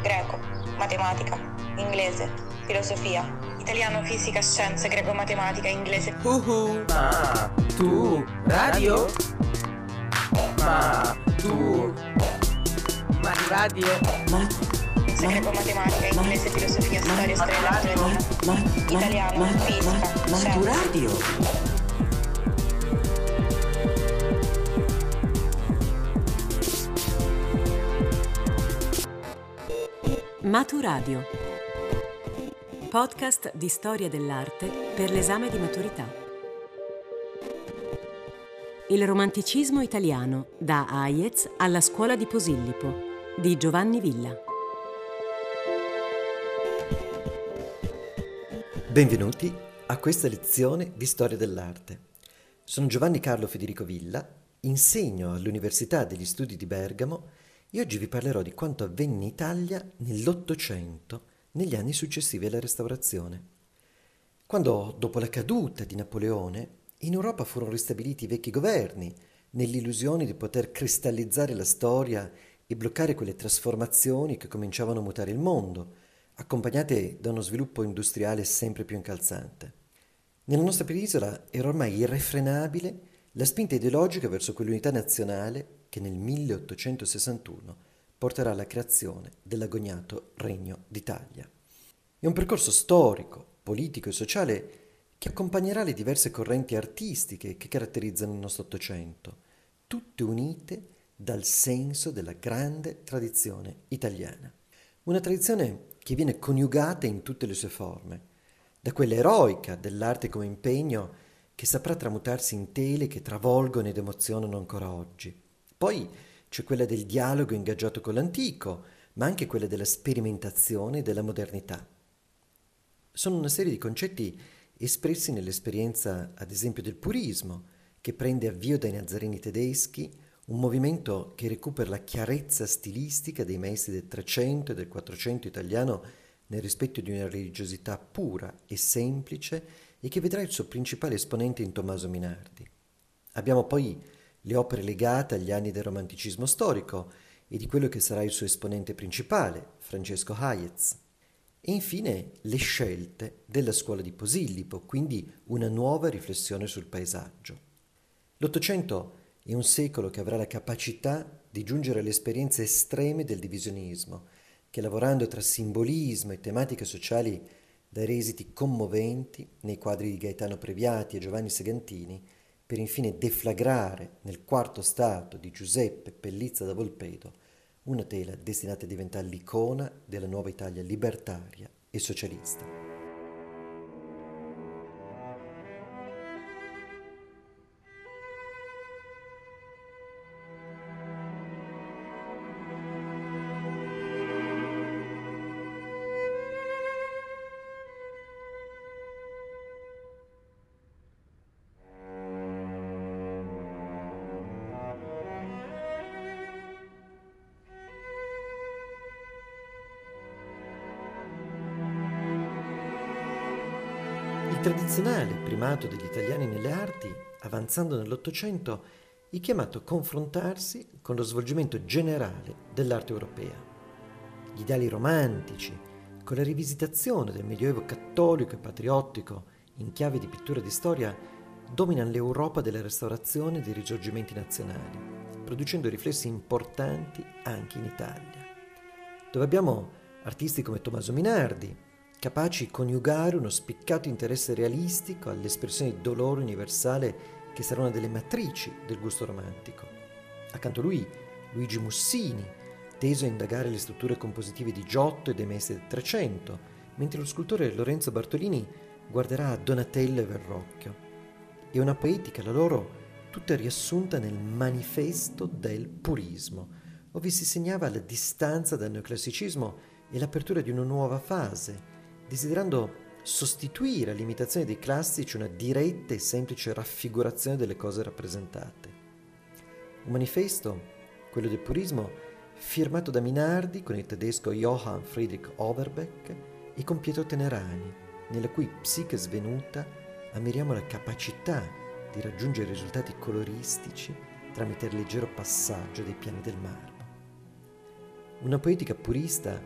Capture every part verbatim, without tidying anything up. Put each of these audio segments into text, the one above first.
greco, matematica, inglese, filosofia, italiano, fisica, scienze, greco, matematica, inglese. Uhu. Ma tu radio? Ma tu ma radio? Ma Greco, matematica, inglese, filosofia, storia, storia, letteratura, ma italiano, ma fisica, ma tu scienze. radio? Maturadio, podcast di storia dell'arte per l'esame di maturità. Il romanticismo italiano da Hayez alla scuola di Posillipo di Giovanni Villa. Benvenuti a questa lezione di storia dell'arte. Sono Giovanni Carlo Federico Villa, insegno all'Università degli Studi di Bergamo e oggi vi parlerò di quanto avvenne in Italia nell'Ottocento, negli anni successivi alla Restaurazione. Quando, dopo la caduta di Napoleone, in Europa furono ristabiliti i vecchi governi, nell'illusione di poter cristallizzare la storia e bloccare quelle trasformazioni che cominciavano a mutare il mondo, accompagnate da uno sviluppo industriale sempre più incalzante. Nella nostra penisola era ormai irrefrenabile la spinta ideologica verso quell'unità nazionale che nel milleottocentosessantuno porterà alla creazione dell'agognato Regno d'Italia. È un percorso storico, politico e sociale che accompagnerà le diverse correnti artistiche che caratterizzano il nostro Ottocento, tutte unite dal senso della grande tradizione italiana. Una tradizione che viene coniugata in tutte le sue forme, da quella eroica dell'arte come impegno che saprà tramutarsi in tele che travolgono ed emozionano ancora oggi. Poi c'è quella del dialogo ingaggiato con l'antico, ma anche quella della sperimentazione e della modernità. Sono una serie di concetti espressi nell'esperienza, ad esempio, del purismo, che prende avvio dai nazarini tedeschi, un movimento che recupera la chiarezza stilistica dei maestri del Trecento e del Quattrocento italiano nel rispetto di una religiosità pura e semplice e che vedrà il suo principale esponente in Tommaso Minardi. Abbiamo poi le opere legate agli anni del romanticismo storico e di quello che sarà il suo esponente principale, Francesco Hayez. E infine le scelte della scuola di Posillipo, quindi una nuova riflessione sul paesaggio. L'Ottocento è un secolo che avrà la capacità di giungere alle esperienze estreme del divisionismo, che lavorando tra simbolismo e tematiche sociali dai esiti commoventi nei quadri di Gaetano Previati e Giovanni Segantini, per infine deflagrare nel quarto stato di Giuseppe Pellizza da Volpedo una tela destinata a diventare l'icona della nuova Italia libertaria e socialista. Il tradizionale primato degli italiani nelle arti, avanzando nell'Ottocento, è chiamato a confrontarsi con lo svolgimento generale dell'arte europea. Gli ideali romantici, con la rivisitazione del Medioevo cattolico e patriottico in chiave di pittura di storia, dominano l'Europa della Restaurazione e dei risorgimenti nazionali, producendo riflessi importanti anche in Italia, dove abbiamo artisti come Tommaso Minardi, capaci di coniugare uno spiccato interesse realistico all'espressione di dolore universale che sarà una delle matrici del gusto romantico. Accanto a lui Luigi Mussini, teso a indagare le strutture compositive di Giotto e dei maestri del Trecento, mentre lo scultore Lorenzo Bartolini guarderà a Donatello e Verrocchio. È una poetica, la loro, tutta riassunta nel manifesto del purismo, dove si segnava la distanza dal neoclassicismo e l'apertura di una nuova fase, desiderando sostituire all'imitazione dei classici una diretta e semplice raffigurazione delle cose rappresentate. Un manifesto, quello del purismo, firmato da Minardi con il tedesco Johann Friedrich Overbeck e con Pietro Tenerani, nella cui psiche svenuta ammiriamo la capacità di raggiungere risultati coloristici tramite il leggero passaggio dei piani del marmo. Una poetica purista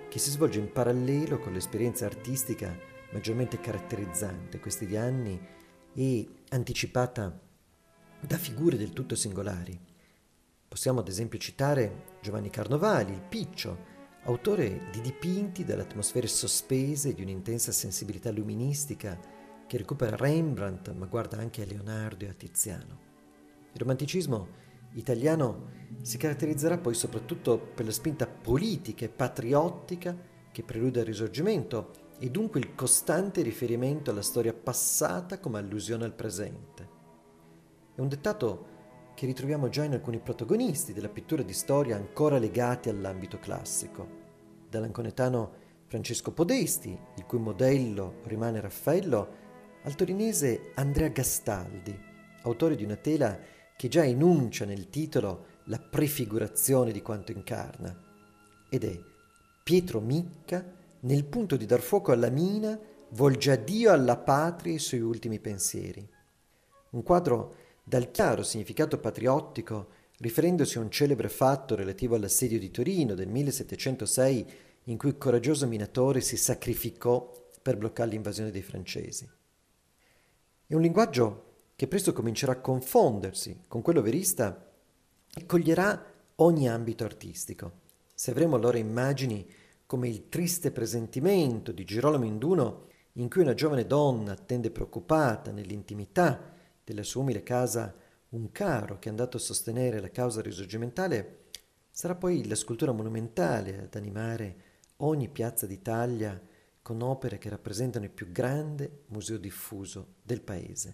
che si svolge in parallelo con l'esperienza artistica maggiormente caratterizzante questi anni e anticipata da figure del tutto singolari. Possiamo ad esempio citare Giovanni Carnovali, il Piccio, autore di dipinti dalle atmosfere sospese di un'intensa sensibilità luministica che recupera Rembrandt ma guarda anche a Leonardo e a Tiziano. Il romanticismo italiano si caratterizzerà poi soprattutto per la spinta politica e patriottica che prelude al Risorgimento e dunque il costante riferimento alla storia passata come allusione al presente. È un dettato che ritroviamo già in alcuni protagonisti della pittura di storia ancora legati all'ambito classico, dall'anconetano Francesco Podesti, il cui modello rimane Raffaello, al torinese Andrea Gastaldi, autore di una tela che già enuncia nel titolo la prefigurazione di quanto incarna, ed è Pietro Micca nel punto di dar fuoco alla mina volge a Dio, alla patria e i suoi ultimi pensieri. Un quadro dal chiaro significato patriottico, riferendosi a un celebre fatto relativo all'assedio di Torino del millesettecentosei, in cui il coraggioso minatore si sacrificò per bloccare l'invasione dei francesi. È un linguaggio che presto comincerà a confondersi con quello verista e coglierà ogni ambito artistico. Se avremo allora immagini come il triste presentimento di Girolamo Induno, in cui una giovane donna attende preoccupata nell'intimità della sua umile casa un caro che è andato a sostenere la causa risorgimentale, sarà poi la scultura monumentale ad animare ogni piazza d'Italia con opere che rappresentano il più grande museo diffuso del paese.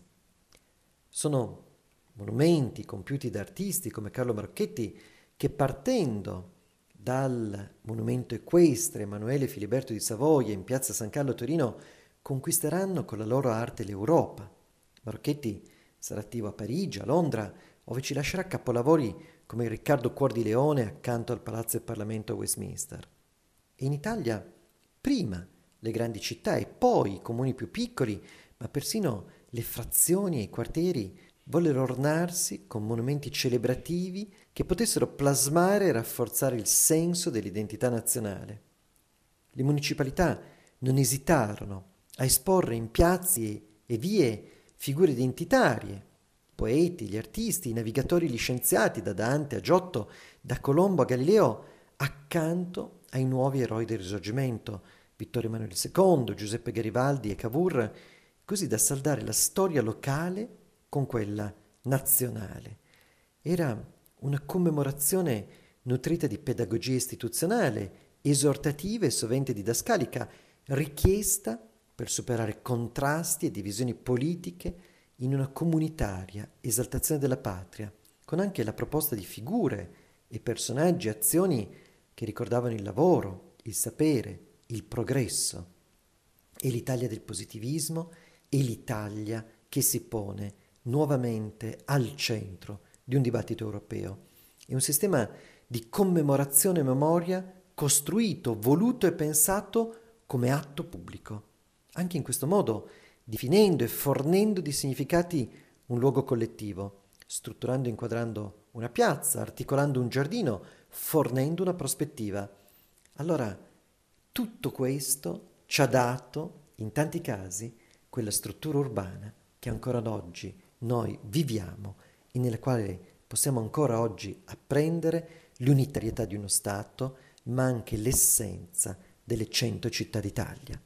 Sono monumenti compiuti da artisti come Carlo Marocchetti che, partendo dal monumento equestre Emanuele Filiberto di Savoia in piazza San Carlo a Torino, conquisteranno con la loro arte l'Europa. Marocchetti sarà attivo a Parigi, a Londra, dove ci lascerà capolavori come il Riccardo Cuor di Leone accanto al Palazzo del Parlamento a Westminster. E in Italia, prima le grandi città e poi i comuni più piccoli, ma persino le frazioni e i quartieri vollero ornarsi con monumenti celebrativi che potessero plasmare e rafforzare il senso dell'identità nazionale. Le municipalità non esitarono a esporre in piazze e vie figure identitarie, poeti, gli artisti, i navigatori licenziati da Dante a Giotto, da Colombo a Galileo, accanto ai nuovi eroi del Risorgimento, Vittorio Emanuele secondo, Giuseppe Garibaldi e Cavour, così da saldare la storia locale con quella nazionale. Era una commemorazione nutrita di pedagogia istituzionale, esortativa e sovente didascalica, richiesta per superare contrasti e divisioni politiche in una comunitaria esaltazione della patria, con anche la proposta di figure e personaggi, azioni che ricordavano il lavoro, il sapere, il progresso. E l'Italia del positivismo e l'Italia che si pone nuovamente al centro di un dibattito europeo. È un sistema di commemorazione e memoria costruito, voluto e pensato come atto pubblico. Anche in questo modo, definendo e fornendo di significati un luogo collettivo, strutturando e inquadrando una piazza, articolando un giardino, fornendo una prospettiva. Allora, tutto questo ci ha dato, in tanti casi, quella struttura urbana che ancora oggi noi viviamo e nella quale possiamo ancora oggi apprendere l'unitarietà di uno Stato, ma anche l'essenza delle cento città d'Italia.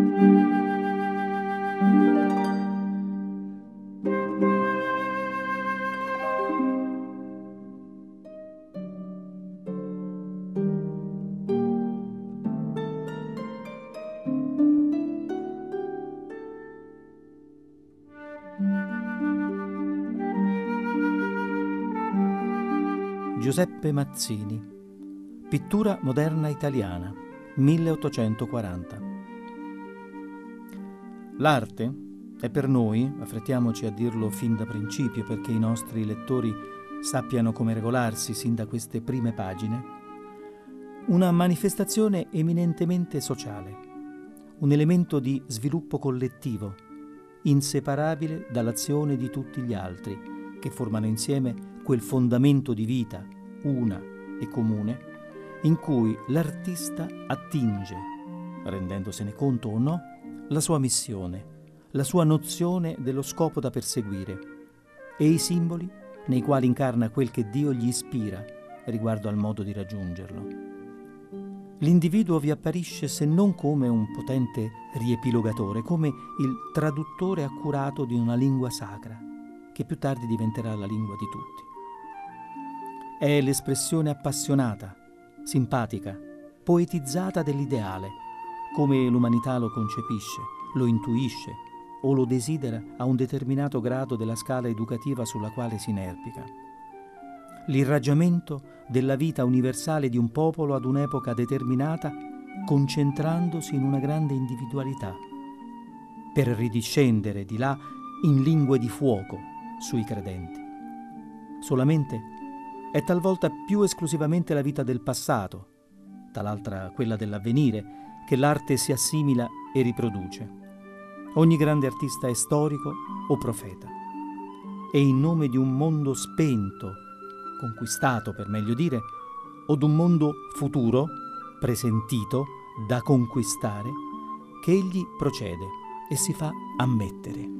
Giuseppe Mazzini, pittura moderna italiana, milleottocentoquaranta. L'arte è per noi, affrettiamoci a dirlo fin da principio perché i nostri lettori sappiano come regolarsi sin da queste prime pagine, una manifestazione eminentemente sociale, un elemento di sviluppo collettivo, inseparabile dall'azione di tutti gli altri, che formano insieme quel fondamento di vita una e comune in cui l'artista attinge, rendendosene conto o no, la sua missione, la sua nozione dello scopo da perseguire e i simboli nei quali incarna quel che Dio gli ispira riguardo al modo di raggiungerlo. L'individuo vi apparisce se non come un potente riepilogatore, come il traduttore accurato di una lingua sacra, che più tardi diventerà la lingua di tutti. È l'espressione appassionata, simpatica, poetizzata dell'ideale, come l'umanità lo concepisce, lo intuisce o lo desidera a un determinato grado della scala educativa sulla quale si inerpica. L'irraggiamento della vita universale di un popolo ad un'epoca determinata, concentrandosi in una grande individualità, per ridiscendere di là in lingue di fuoco sui credenti. Solamente è talvolta più esclusivamente la vita del passato, tal'altra quella dell'avvenire, che l'arte si assimila e riproduce. Ogni grande artista è storico o profeta, e in nome di un mondo spento, conquistato per meglio dire, o d'un mondo futuro, presentito, da conquistare, che egli procede e si fa ammettere.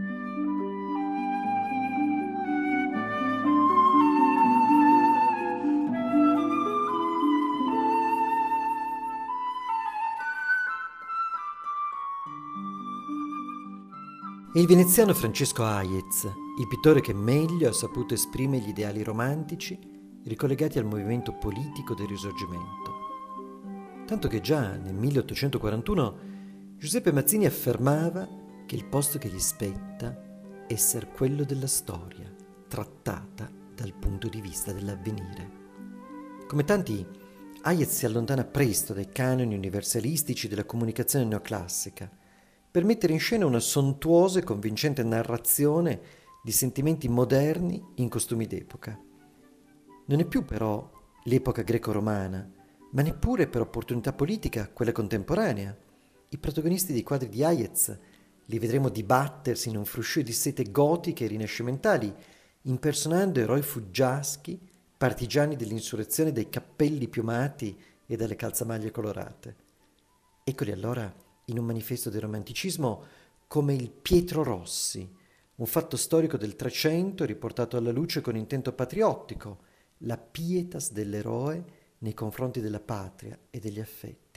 È il veneziano Francesco Hayez, il pittore che meglio ha saputo esprimere gli ideali romantici ricollegati al movimento politico del Risorgimento. Tanto che già nel milleottocentoquarantuno Giuseppe Mazzini affermava che il posto che gli spetta è essere quello della storia, trattata dal punto di vista dell'avvenire. Come tanti, Hayez si allontana presto dai canoni universalistici della comunicazione neoclassica, per mettere in scena una sontuosa e convincente narrazione di sentimenti moderni in costumi d'epoca. Non è più però l'epoca greco-romana, ma neppure per opportunità politica quella contemporanea. I protagonisti dei quadri di Hayez li vedremo dibattersi in un fruscio di sete gotiche e rinascimentali, impersonando eroi fuggiaschi, partigiani dell'insurrezione dai cappelli piumati e dalle calzamaglie colorate. Eccoli allora in un manifesto del romanticismo come il Pietro Rossi, un fatto storico del Trecento riportato alla luce con intento patriottico, la pietas dell'eroe nei confronti della patria e degli affetti.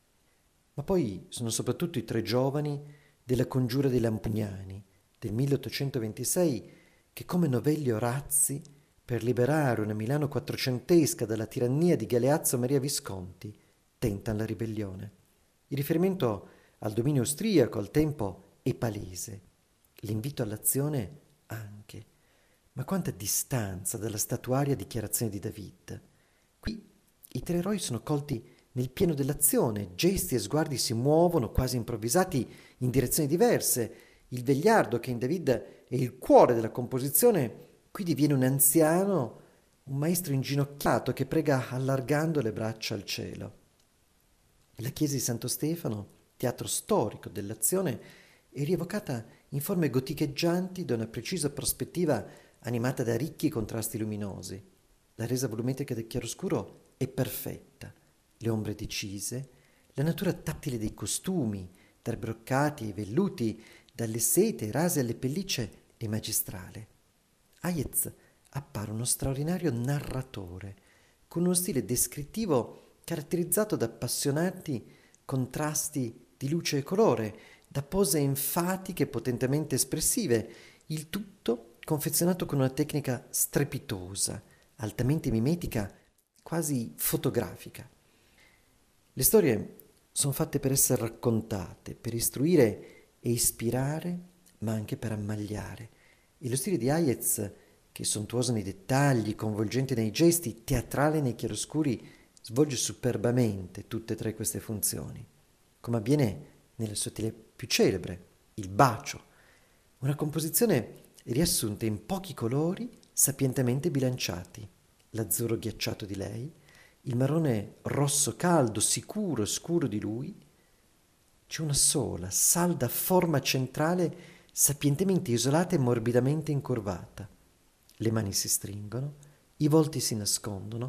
Ma poi sono soprattutto i tre giovani della Congiura dei Lampugnani del milleottocentoventisei che come Novelli Orazzi, per liberare una Milano quattrocentesca dalla tirannia di Galeazzo Maria Visconti, tentano la ribellione. Il riferimento al dominio austriaco al tempo è palese, l'invito all'azione anche. Ma quanta distanza dalla statuaria dichiarazione di David. Qui i tre eroi sono colti nel pieno dell'azione, gesti e sguardi si muovono quasi improvvisati in direzioni diverse. Il vegliardo, che in David è il cuore della composizione, qui diviene un anziano, un maestro inginocchiato che prega allargando le braccia al cielo. La chiesa di Santo Stefano, teatro storico dell'azione, è rievocata in forme goticheggianti da una precisa prospettiva animata da ricchi contrasti luminosi. La resa volumetrica del chiaroscuro è perfetta, le ombre decise, la natura tattile dei costumi, dai broccati ai velluti, dalle sete ai rasi alle pellicce è magistrale. Hayez appare uno straordinario narratore, con uno stile descrittivo caratterizzato da appassionati contrasti di luce e colore, da pose enfatiche potentemente espressive, il tutto confezionato con una tecnica strepitosa, altamente mimetica, quasi fotografica. Le storie sono fatte per essere raccontate, per istruire e ispirare, ma anche per ammagliare. E lo stile di Hayez, che è sontuoso nei dettagli, coinvolgente nei gesti, teatrale nei chiaroscuri, svolge superbamente tutte e tre queste funzioni, come avviene nella sua stile più celebre, il bacio, una composizione riassunta in pochi colori sapientemente bilanciati, l'azzurro ghiacciato di lei, il marrone rosso caldo, sicuro e scuro di lui. C'è una sola, salda forma centrale sapientemente isolata e morbidamente incurvata. Le mani si stringono, i volti si nascondono,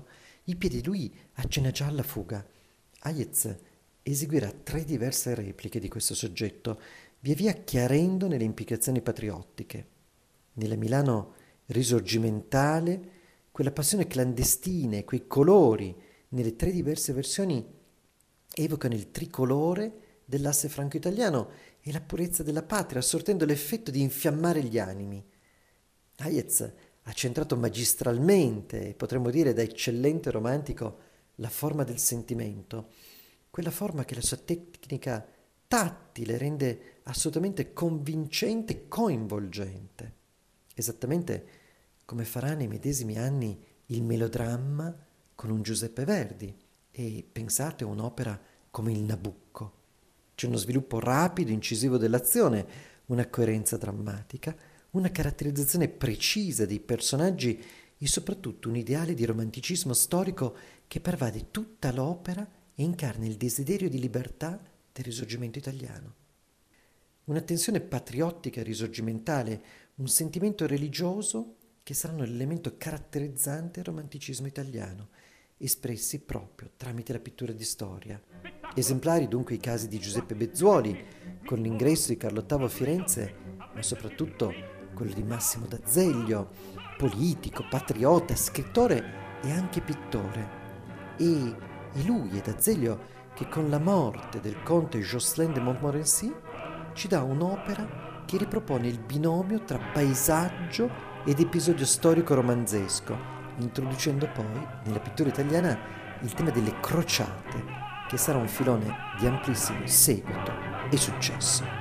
I piedi di lui accenna già alla fuga. Hayez eseguirà tre diverse repliche di questo soggetto, via via chiarendone le implicazioni patriottiche. Nella Milano risorgimentale, quella passione clandestina e quei colori, nelle tre diverse versioni, evocano il tricolore dell'asse franco-italiano e la purezza della patria, sortendo l'effetto di infiammare gli animi. Hayez ha centrato magistralmente, potremmo dire da eccellente romantico, la forma del sentimento, quella forma che la sua tecnica tattile rende assolutamente convincente e coinvolgente, esattamente come farà nei medesimi anni il melodramma con un Giuseppe Verdi e, pensate, un'opera come il Nabucco. C'è uno sviluppo rapido, incisivo dell'azione, una coerenza drammatica, una caratterizzazione precisa dei personaggi e soprattutto un ideale di romanticismo storico che pervade tutta l'opera e incarna il desiderio di libertà del risorgimento italiano. Una tensione patriottica risorgimentale, un sentimento religioso che saranno l'elemento caratterizzante del romanticismo italiano, espressi proprio tramite la pittura di storia. Esemplari dunque i casi di Giuseppe Bezzuoli, con l'ingresso di Carlo ottavo a Firenze, ma soprattutto quello di Massimo d'Azeglio, politico, patriota, scrittore e anche pittore. E è lui ed Azeglio che con la morte del conte Jocelyn de Montmorency ci dà un'opera che ripropone il binomio tra paesaggio ed episodio storico romanzesco, introducendo poi nella pittura italiana il tema delle crociate, che sarà un filone di amplissimo seguito e successo.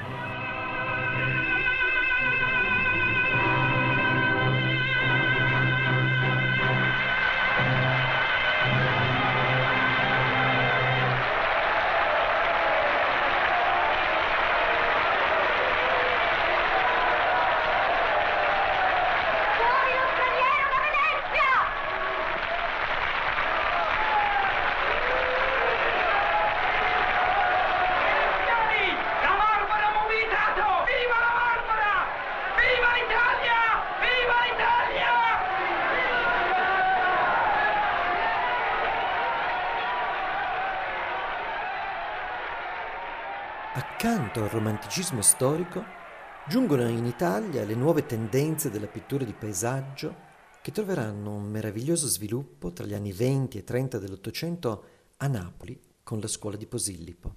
Accanto al romanticismo storico, giungono in Italia le nuove tendenze della pittura di paesaggio che troveranno un meraviglioso sviluppo tra gli anni venti e trenta dell'Ottocento a Napoli con la scuola di Posillipo.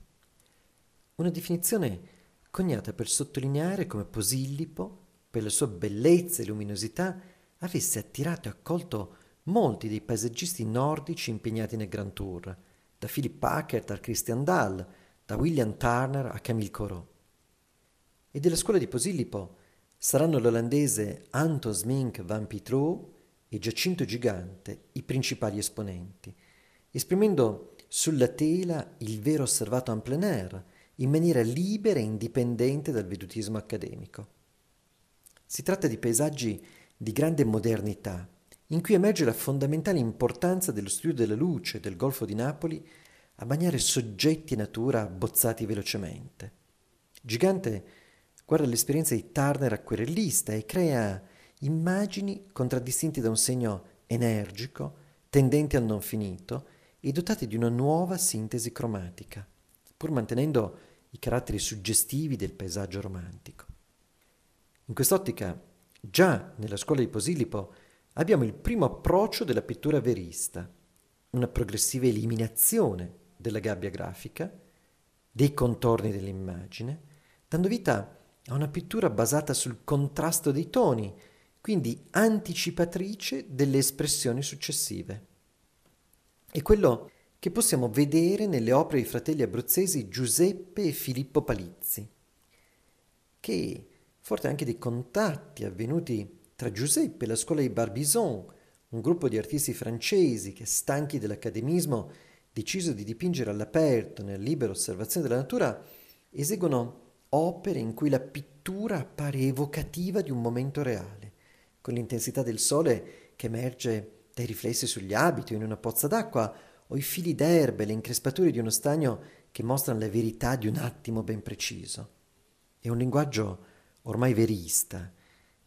Una definizione coniata per sottolineare come Posillipo, per la sua bellezza e luminosità, avesse attirato e accolto molti dei paesaggisti nordici impegnati nel Grand Tour, da Philip Packard a Christian Dahl, da William Turner a Camille Corot. E della scuola di Posillipo saranno l'olandese Anton Smink van Pietro e Giacinto Gigante i principali esponenti, esprimendo sulla tela il vero osservato en plein air, in maniera libera e indipendente dal vedutismo accademico. Si tratta di paesaggi di grande modernità, in cui emerge la fondamentale importanza dello studio della luce del Golfo di Napoli a bagnare soggetti e natura abbozzati velocemente. Gigante guarda l'esperienza di Turner acquerellista e crea immagini contraddistinte da un segno energico, tendenti al non finito e dotati di una nuova sintesi cromatica, pur mantenendo i caratteri suggestivi del paesaggio romantico. In quest'ottica, già nella scuola di Posillipo abbiamo il primo approccio della pittura verista, una progressiva eliminazione della gabbia grafica, dei contorni dell'immagine, dando vita a una pittura basata sul contrasto dei toni, quindi anticipatrice delle espressioni successive. È quello che possiamo vedere nelle opere dei fratelli abruzzesi Giuseppe e Filippo Palizzi, che, forte anche dei contatti avvenuti tra Giuseppe e la scuola di Barbizon, un gruppo di artisti francesi che, stanchi dell'accademismo, deciso di dipingere all'aperto, nella libera osservazione della natura, eseguono opere in cui la pittura appare evocativa di un momento reale, con l'intensità del sole che emerge dai riflessi sugli abiti o in una pozza d'acqua, o i fili d'erba e le increspature di uno stagno che mostrano la verità di un attimo ben preciso. È un linguaggio ormai verista,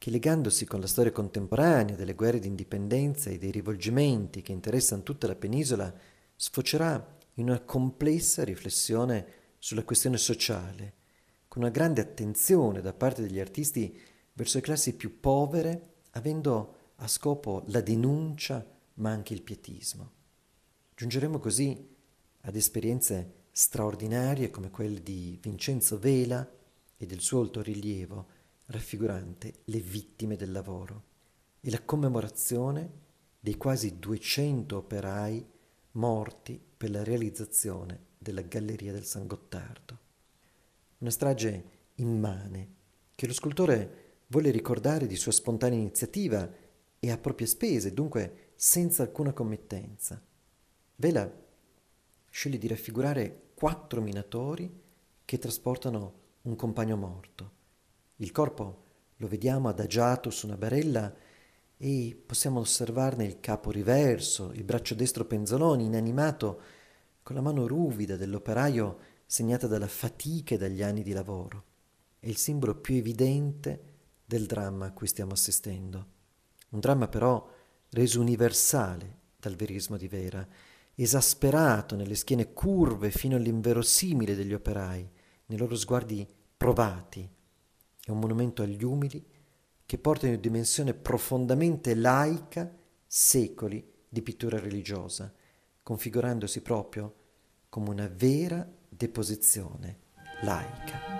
che, legandosi con la storia contemporanea delle guerre di indipendenza e dei rivolgimenti che interessano tutta la penisola, sfocerà in una complessa riflessione sulla questione sociale, con una grande attenzione da parte degli artisti verso le classi più povere, avendo a scopo la denuncia ma anche il pietismo. Giungeremo così ad esperienze straordinarie come quelle di Vincenzo Vela e del suo altorilievo raffigurante le vittime del lavoro e la commemorazione dei quasi duecento operai morti per la realizzazione della Galleria del San Gottardo. Una strage immane che lo scultore volle ricordare di sua spontanea iniziativa e a proprie spese, dunque senza alcuna committenza. Vela sceglie di raffigurare quattro minatori che trasportano un compagno morto. Il corpo lo vediamo adagiato su una barella e possiamo osservarne il capo riverso, il braccio destro penzolone, inanimato, con la mano ruvida dell'operaio segnata dalla fatica e dagli anni di lavoro. È il simbolo più evidente del dramma a cui stiamo assistendo. Un dramma però reso universale dal verismo di Vera, esasperato nelle schiene curve fino all'inverosimile degli operai, nei loro sguardi provati. È un monumento agli umili che porta in una dimensione profondamente laica secoli di pittura religiosa, configurandosi proprio come una vera deposizione laica.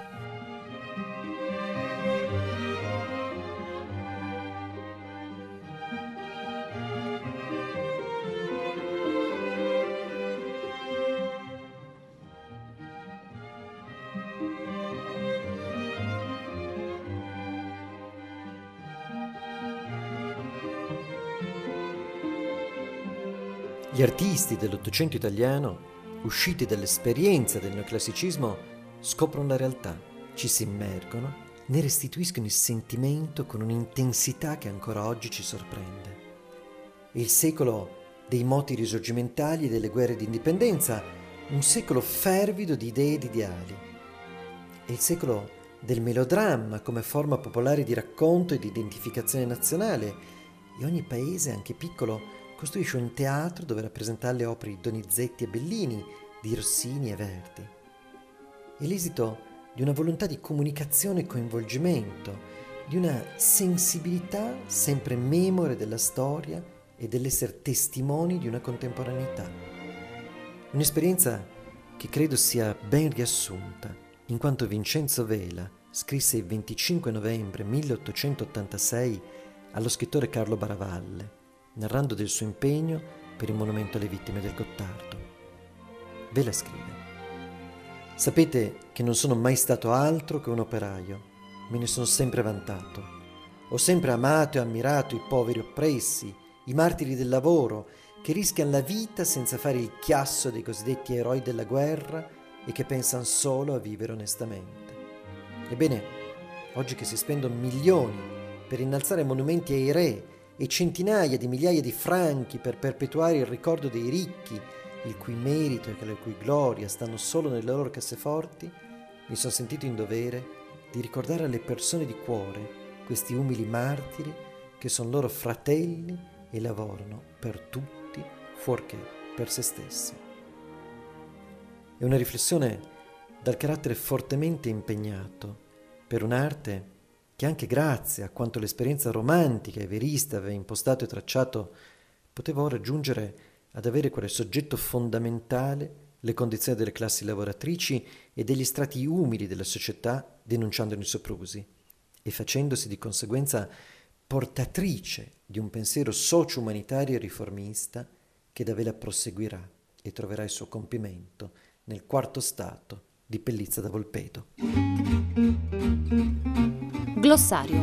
Gli artisti dell'Ottocento italiano, usciti dall'esperienza del neoclassicismo, scoprono la realtà, ci si immergono, ne restituiscono il sentimento con un'intensità che ancora oggi ci sorprende. È il secolo dei moti risorgimentali e delle guerre di indipendenza, un secolo fervido di idee ed ideali. È il secolo del melodramma come forma popolare di racconto e di identificazione nazionale, e ogni paese, anche piccolo, costruisce un teatro dove rappresentare le opere di Donizetti e Bellini, di Rossini e Verdi. È l'esito di una volontà di comunicazione e coinvolgimento, di una sensibilità sempre memore della storia e dell'essere testimoni di una contemporaneità. Un'esperienza che credo sia ben riassunta, in quanto Vincenzo Vela scrisse il venticinque novembre milleottocentottantasei allo scrittore Carlo Baravalle, narrando del suo impegno per il monumento alle vittime del Gottardo. Vela scrive: «Sapete che non sono mai stato altro che un operaio, me ne sono sempre vantato. Ho sempre amato e ammirato i poveri oppressi, i martiri del lavoro, che rischiano la vita senza fare il chiasso dei cosiddetti eroi della guerra e che pensano solo a vivere onestamente. Ebbene, oggi che si spendono milioni per innalzare monumenti ai re e centinaia di migliaia di franchi per perpetuare il ricordo dei ricchi, il cui merito e la cui gloria stanno solo nelle loro casseforti, mi sono sentito in dovere di ricordare alle persone di cuore questi umili martiri che sono loro fratelli e lavorano per tutti fuorché per se stessi». È una riflessione dal carattere fortemente impegnato per un'arte che, anche grazie a quanto l'esperienza romantica e verista aveva impostato e tracciato, poteva ora giungere ad avere quale soggetto fondamentale le condizioni delle classi lavoratrici e degli strati umili della società, denunciandone i soprusi e facendosi di conseguenza portatrice di un pensiero socio-umanitario e riformista che da Vela proseguirà e troverà il suo compimento nel quarto stato di Pellizza da Volpedo. Glossario.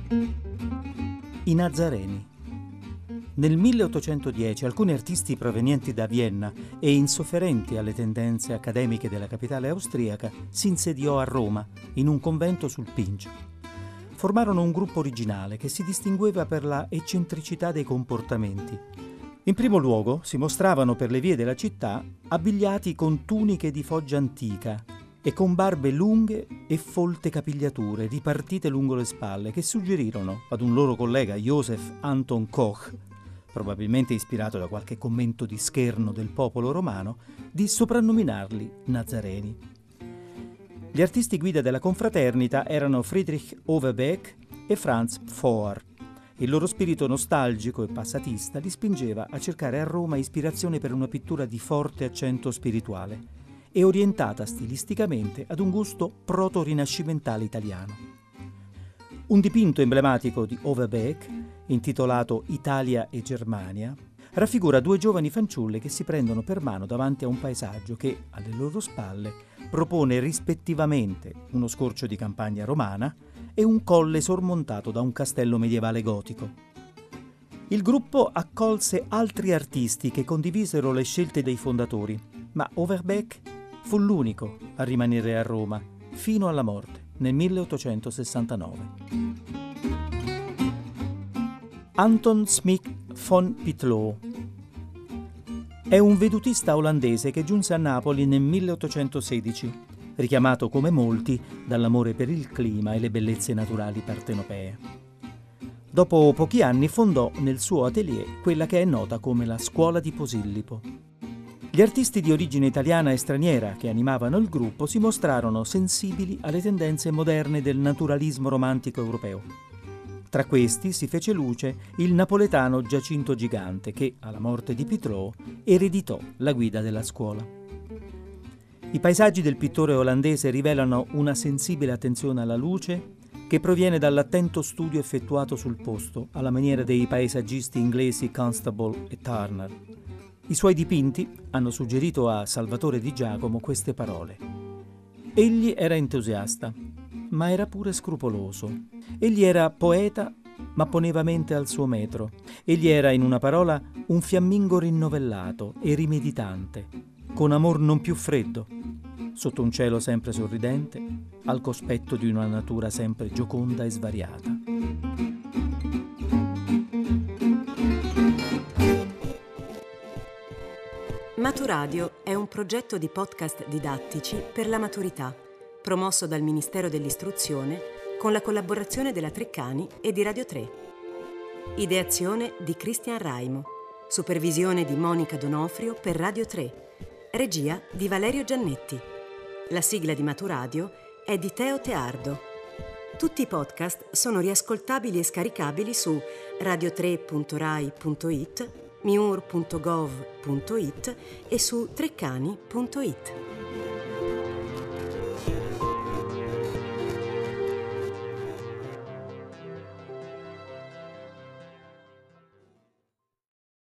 I Nazareni. Nel milleottocentodieci alcuni artisti provenienti da Vienna e insofferenti alle tendenze accademiche della capitale austriaca si insediò a Roma, in un convento sul Pincio. Formarono un gruppo originale che si distingueva per la eccentricità dei comportamenti. In primo luogo si mostravano per le vie della città abbigliati con tuniche di foggia antica, e con barbe lunghe e folte capigliature ripartite lungo le spalle, che suggerirono ad un loro collega Joseph Anton Koch, probabilmente ispirato da qualche commento di scherno del popolo romano, di soprannominarli Nazareni. Gli artisti guida della confraternita erano Friedrich Overbeck e Franz Pfohr. Il loro spirito nostalgico e passatista li spingeva a cercare a Roma ispirazione per una pittura di forte accento spirituale e orientata stilisticamente ad un gusto proto-rinascimentale italiano. Un dipinto emblematico di Overbeck, intitolato Italia e Germania, raffigura due giovani fanciulle che si prendono per mano davanti a un paesaggio che, alle loro spalle, propone rispettivamente uno scorcio di campagna romana e un colle sormontato da un castello medievale gotico. Il gruppo accolse altri artisti che condivisero le scelte dei fondatori, ma Overbeck fu l'unico a rimanere a Roma fino alla morte nel milleottocentosessantanove. Anton Smith von Pietlow è un vedutista olandese che giunse a Napoli nel milleottocentosedici, richiamato come molti dall'amore per il clima e le bellezze naturali partenopee. Dopo pochi anni fondò nel suo atelier quella che è nota come la Scuola di Posillipo. Gli artisti di origine italiana e straniera che animavano il gruppo si mostrarono sensibili alle tendenze moderne del naturalismo romantico europeo. Tra questi si fece luce il napoletano Giacinto Gigante che, alla morte di Pietlow, ereditò la guida della scuola. I paesaggi del pittore olandese rivelano una sensibile attenzione alla luce che proviene dall'attento studio effettuato sul posto, alla maniera dei paesaggisti inglesi Constable e Turner. I suoi dipinti hanno suggerito a Salvatore Di Giacomo queste parole. Egli era entusiasta, ma era pure scrupoloso. Egli era poeta, ma poneva mente al suo metro. Egli era, in una parola, un fiammingo rinnovellato e rimeditante, con amor non più freddo, sotto un cielo sempre sorridente, al cospetto di una natura sempre gioconda e svariata. Maturadio è un progetto di podcast didattici per la maturità, promosso dal Ministero dell'Istruzione con la collaborazione della Treccani e di Radio tre. Ideazione di Cristian Raimo, supervisione di Monica Donofrio per Radio tre, regia di Valerio Giannetti. La sigla di Maturadio è di Teo Teardo. Tutti i podcast sono riascoltabili e scaricabili su radio tre punto rai punto it, miur punto gov punto it e su treccani punto it.